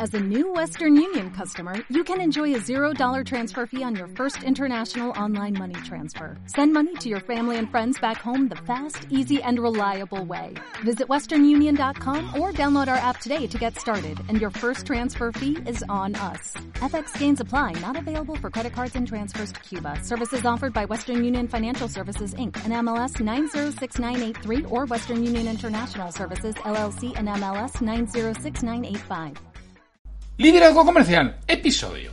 As a new Western Union customer, you can enjoy a $0 transfer fee on your first international online money transfer. Send money to your family and friends back home the fast, easy, and reliable way. Visit westernunion.com or download our app today to get started, and your first transfer fee is on us. FX gains apply, not available for credit cards and transfers to Cuba. Services offered by Western Union Financial Services, Inc., and MLS 906983, or Western Union International Services, LLC, and MLS 906985. Liderazgo Comercial, episodio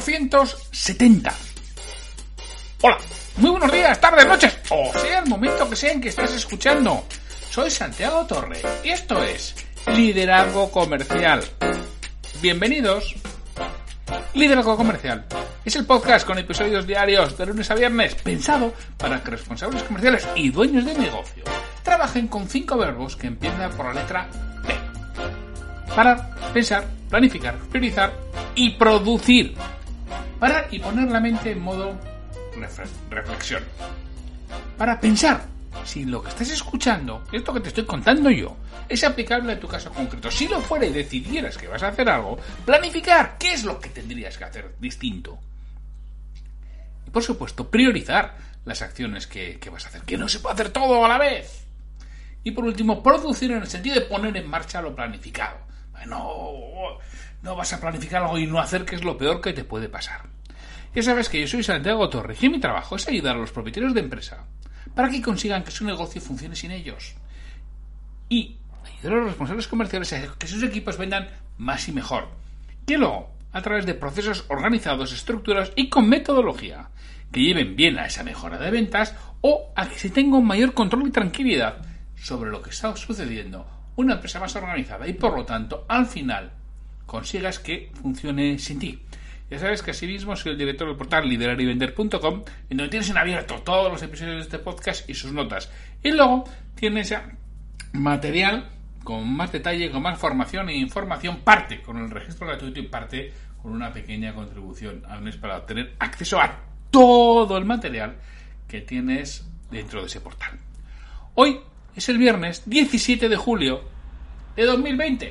470. Hola, muy buenos días, tardes, noches, o sea el momento que sea en que estés escuchando. Soy Santiago Torre y esto es Liderazgo Comercial. Bienvenidos. Liderazgo Comercial es el podcast con episodios diarios de lunes a viernes pensado para que responsables comerciales y dueños de negocio trabajen con 5 verbos que empiezan por la letra P. Parar, pensar, planificar, priorizar y producir. Parar y poner la mente en modo reflexión. Para pensar si lo que estás escuchando, esto que te estoy contando yo, es aplicable a tu caso concreto. Si lo fuera y decidieras que vas a hacer algo, planificar qué es lo que tendrías que hacer distinto. Y por supuesto, priorizar las acciones que vas a hacer, que no se puede hacer todo a la vez. Y por último, producir en el sentido de poner en marcha lo planificado. No vas a planificar algo y no hacer, que es lo peor que te puede pasar. Ya sabes que yo soy Santiago Torres y mi trabajo es ayudar a los propietarios de empresa para que consigan que su negocio funcione sin ellos. Y ayudar a los responsables comerciales a que sus equipos vendan más y mejor. Que luego, a través de procesos organizados, estructurados y con metodología, que lleven bien a esa mejora de ventas o a que se tenga un mayor control y tranquilidad sobre lo que está sucediendo, una empresa más organizada y por lo tanto al final consigas que funcione sin ti. Ya sabes que asimismo soy el director del portal liderarivender.com, en donde tienes en abierto todos los episodios de este podcast y sus notas, y luego tienes ya material con más detalle, con más formación e información, parte con el registro gratuito y parte con una pequeña contribución al mes para tener acceso a todo el material que tienes dentro de ese portal. Hoy es el viernes 17 de julio de 2020.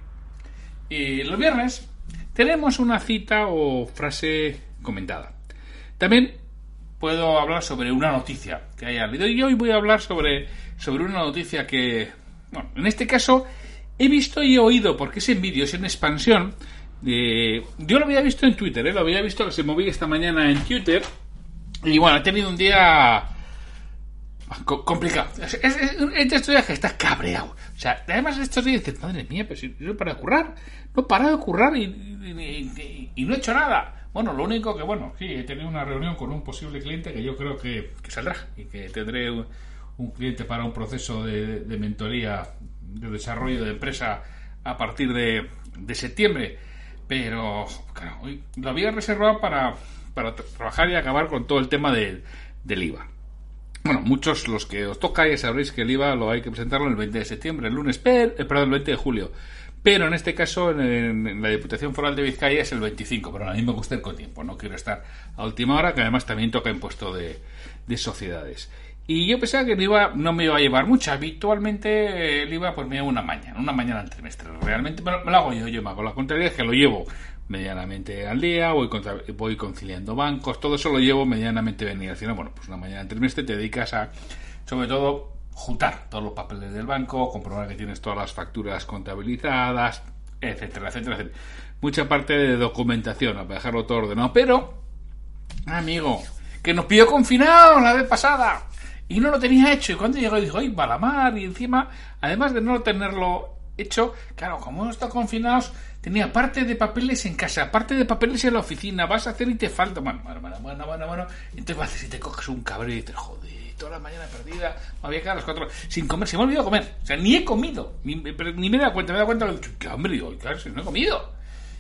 Y los viernes tenemos una cita o frase comentada. También puedo hablar sobre una noticia que haya leído. Y hoy voy a hablar sobre una noticia que, bueno, en este caso he visto y he oído, porque es en vídeo, es en expansión. Yo lo había visto en Twitter, lo había visto que se movía esta mañana en Twitter. Y bueno, he tenido un día complicado. Es de estos días que estás cabreado. O sea, además de estos días dices, madre mía, pero si no para de currar, no he parado de currar y no he hecho nada. Bueno, lo único que, bueno, sí, he tenido una reunión con un posible cliente que yo creo que saldrá y que tendré un cliente para un proceso de mentoría, de desarrollo de empresa a partir de septiembre. Pero, claro, hoy lo había reservado para trabajar y acabar con todo el tema del IVA. Bueno, muchos los que os toca ya sabréis que el IVA lo hay que presentarlo el 20 de septiembre, el 20 de julio. Pero en este caso, en la Diputación Foral de Vizcaya es el 25, pero a mí me gusta ir con tiempo, no quiero estar a última hora, que además también toca impuesto de sociedades. Y yo pensaba que el IVA no me iba a llevar mucho. Habitualmente el IVA pues me lleva una mañana al trimestre. Realmente me lo hago yo me hago la contabilidad, que lo llevo medianamente al día, voy conciliando bancos, todo eso lo llevo medianamente bien. Y al final, bueno, pues una mañana al trimestre te dedicas a, sobre todo, juntar todos los papeles del banco, comprobar que tienes todas las facturas contabilizadas, etcétera, etcétera, etcétera. Mucha parte de documentación, para dejarlo todo ordenado. Pero, amigo, que nos pidió confinado la vez pasada y no lo tenía hecho. Y cuando llegó dijo, ¡ay, va la mar! Y encima, además de no tenerlo hecho, claro, como hemos estado confinados, tenía parte de papeles en casa, parte de papeles en la oficina, vas a hacer y te falta, bueno. Entonces vas, si te coges un cabrón y dices, joder, toda la mañana perdida, me había quedado a las 4 sin comer, se me ha olvidado comer, o sea, ni he comido, ni me he dado cuenta, que hambre, digo, claro, si no he comido.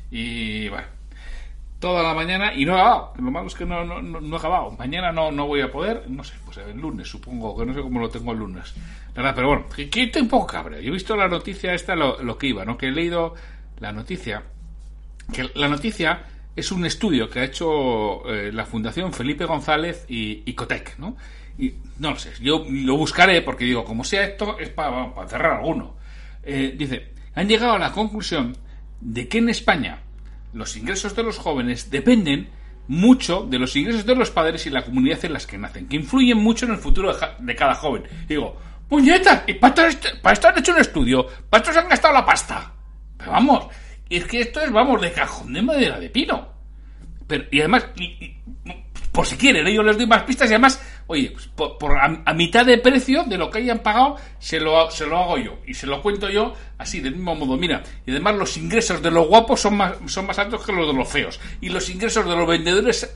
Y bueno, toda la mañana y no he acabado. Lo malo es que no he acabado. Mañana no voy a poder, no sé, pues el lunes supongo, que no sé cómo lo tengo el lunes. La verdad, pero bueno, que estoy un poco cabreado. Yo he visto la noticia esta, lo que iba, ¿no? Que he leído la noticia, que la noticia es un estudio que ha hecho la Fundación Felipe González y Cotec, ¿no? Y no lo sé, yo lo buscaré porque digo, como sea esto, es para cerrar alguno. Dice, han llegado a la conclusión de que en España los ingresos de los jóvenes dependen mucho de los ingresos de los padres y la comunidad en las que nacen, que influyen mucho en el futuro de cada joven. Y digo, ¡puñeta! ¿Y para esto han hecho un estudio? ¿Para esto se han gastado la pasta? Pero vamos, y es que esto es, vamos, de cajón de madera de pino. Pero, y además, por si quieren, yo les doy más pistas y además, oye, pues a mitad de precio de lo que hayan pagado, se lo hago yo. Y se lo cuento yo así, del mismo modo. Mira, y además los ingresos de los guapos son más altos que los de los feos. Y los ingresos de los vendedores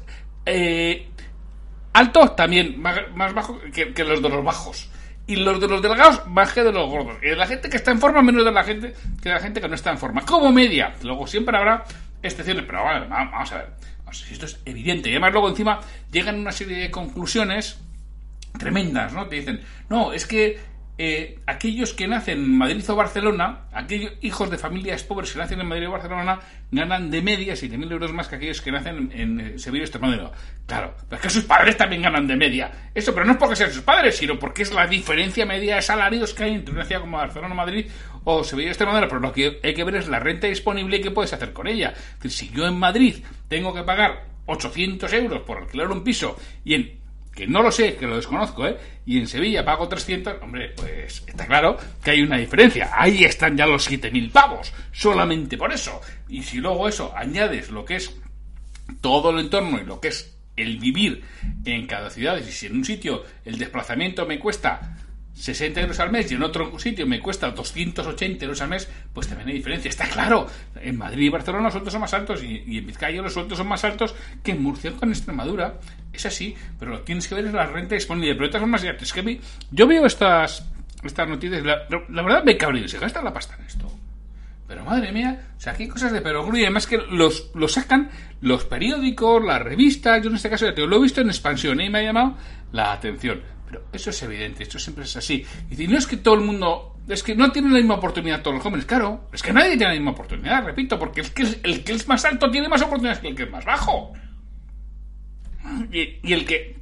altos también, más bajos que los de los bajos. Y los de los delgados más que de los gordos. Y de la gente que está en forma menos de la gente que no está en forma. Como media. Luego siempre habrá excepciones, pero bueno, vamos a ver. Si esto es evidente. Y además luego encima llegan una serie de conclusiones tremendas, ¿no? Te dicen, no, es que aquellos que nacen en Madrid o Barcelona, aquellos hijos de familias pobres que nacen en Madrid o Barcelona, ganan de media 7.000 euros más que aquellos que nacen en Sevilla o Extremadura. Claro, pero es que sus padres también ganan de media. Eso, pero no es porque sean sus padres, sino porque es la diferencia media de salarios que hay entre una ciudad como Barcelona, Madrid o Sevilla o Extremadura. Pero lo que hay que ver es la renta disponible y qué puedes hacer con ella. Es decir, si yo en Madrid tengo que pagar 800 euros por alquilar un piso y que no lo sé, que lo desconozco, y en Sevilla pago 300, hombre, pues está claro que hay una diferencia. Ahí están ya los 7.000 pavos, solamente por eso. Y si luego eso añades lo que es todo el entorno y lo que es el vivir en cada ciudad, y si en un sitio el desplazamiento me cuesta 60 euros al mes y en otro sitio me cuesta 280 euros al mes, pues también hay diferencia. Está claro, en Madrid y Barcelona los sueldos son más altos y en Vizcaya los sueldos son más altos que en Murcia o en Extremadura. Es así, pero lo que tienes que ver es la renta disponible. Pero de todas formas, es que yo veo estas noticias, la verdad me cabreo, se gasta la pasta en esto. Pero madre mía, o sea, aquí hay cosas de perogrullo y además que lo sacan los periódicos, las revistas. Yo en este caso ya te lo he visto en expansión y me ha llamado la atención. Pero eso es evidente, esto siempre es así. Y no es que todo el mundo, es que no tienen la misma oportunidad todos los jóvenes, claro, es que nadie tiene la misma oportunidad, repito, porque el que es más alto tiene más oportunidades que el que es más bajo. Y el que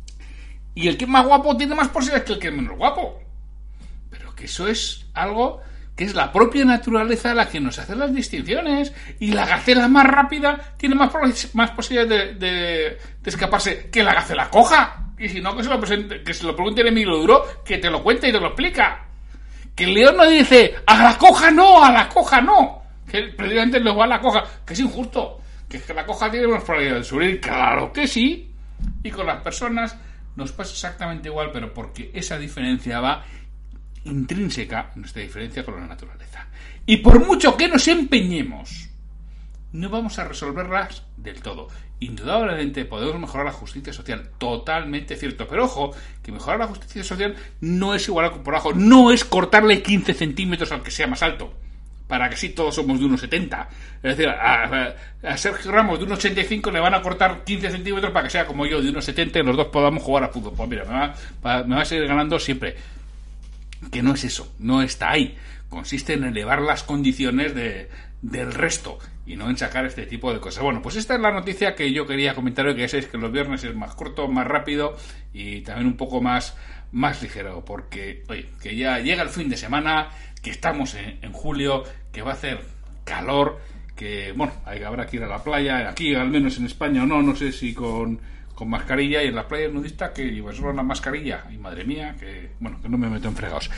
es más guapo tiene más posibilidades que el que es menos guapo. Pero que eso es algo que es la propia naturaleza la que nos hace las distinciones. Y la gacela más rápida tiene más posibilidades de escaparse que la gacela coja. Y si no, que se lo pregunte el Emilio Duro, que te lo cuente y te lo explica. Que el león no dice, a la coja no. Que precisamente luego a la coja, que es injusto. Que es que la coja tiene más probabilidad de subir. Claro que sí. Y con las personas nos pasa exactamente igual, pero porque esa diferencia va intrínseca en nuestra diferencia con la naturaleza. Y por mucho que nos empeñemos, no vamos a resolverlas del todo. Indudablemente podemos mejorar la justicia social, totalmente cierto, pero ojo, que mejorar la justicia social no es igualar por abajo, no es cortarle 15 centímetros al que sea más alto, para que sí todos somos de 1,70. Es decir, a Sergio Ramos de 1,85 le van a cortar 15 centímetros para que sea como yo de 1,70 y los dos podamos jugar a fútbol. Pues mira, me va a seguir ganando siempre. Que no es eso, no está ahí. Consiste en elevar las condiciones del resto y no en sacar este tipo de cosas. Bueno, pues esta es la noticia que yo quería comentar hoy, que ya sabéis que los viernes es más corto, más rápido y también un poco más ligero, porque, oye, que ya llega el fin de semana, que estamos en julio, que va a hacer calor, que, bueno, habrá que ir a la playa, aquí al menos en España o no sé si con mascarilla, y en las playas nudistas que llevo solo la mascarilla, y madre mía, que no me meto en fregados.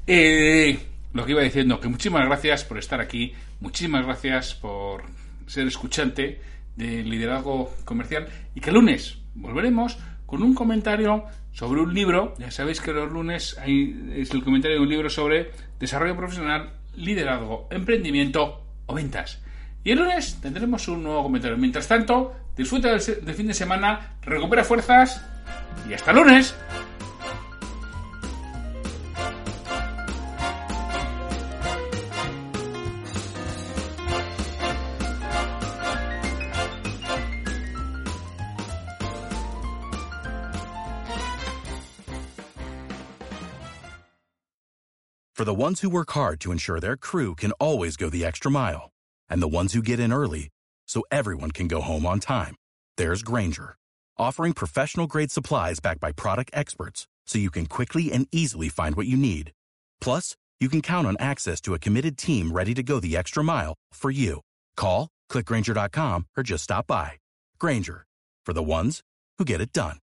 Lo que iba diciendo, que muchísimas gracias por estar aquí, muchísimas gracias por ser escuchante de Liderazgo Comercial, y que el lunes volveremos con un comentario sobre un libro. Ya sabéis que los lunes es el comentario de un libro sobre desarrollo profesional, liderazgo, emprendimiento o ventas. Y el lunes tendremos un nuevo comentario. Mientras tanto, disfruta del fin de semana, recupera fuerzas y hasta el lunes. For the ones who work hard to ensure their crew can always go the extra mile, and the ones who get in early so everyone can go home on time, there's Grainger, offering professional-grade supplies backed by product experts so you can quickly and easily find what you need. Plus, you can count on access to a committed team ready to go the extra mile for you. Call, click Grainger.com, or just stop by. Grainger, for the ones who get it done.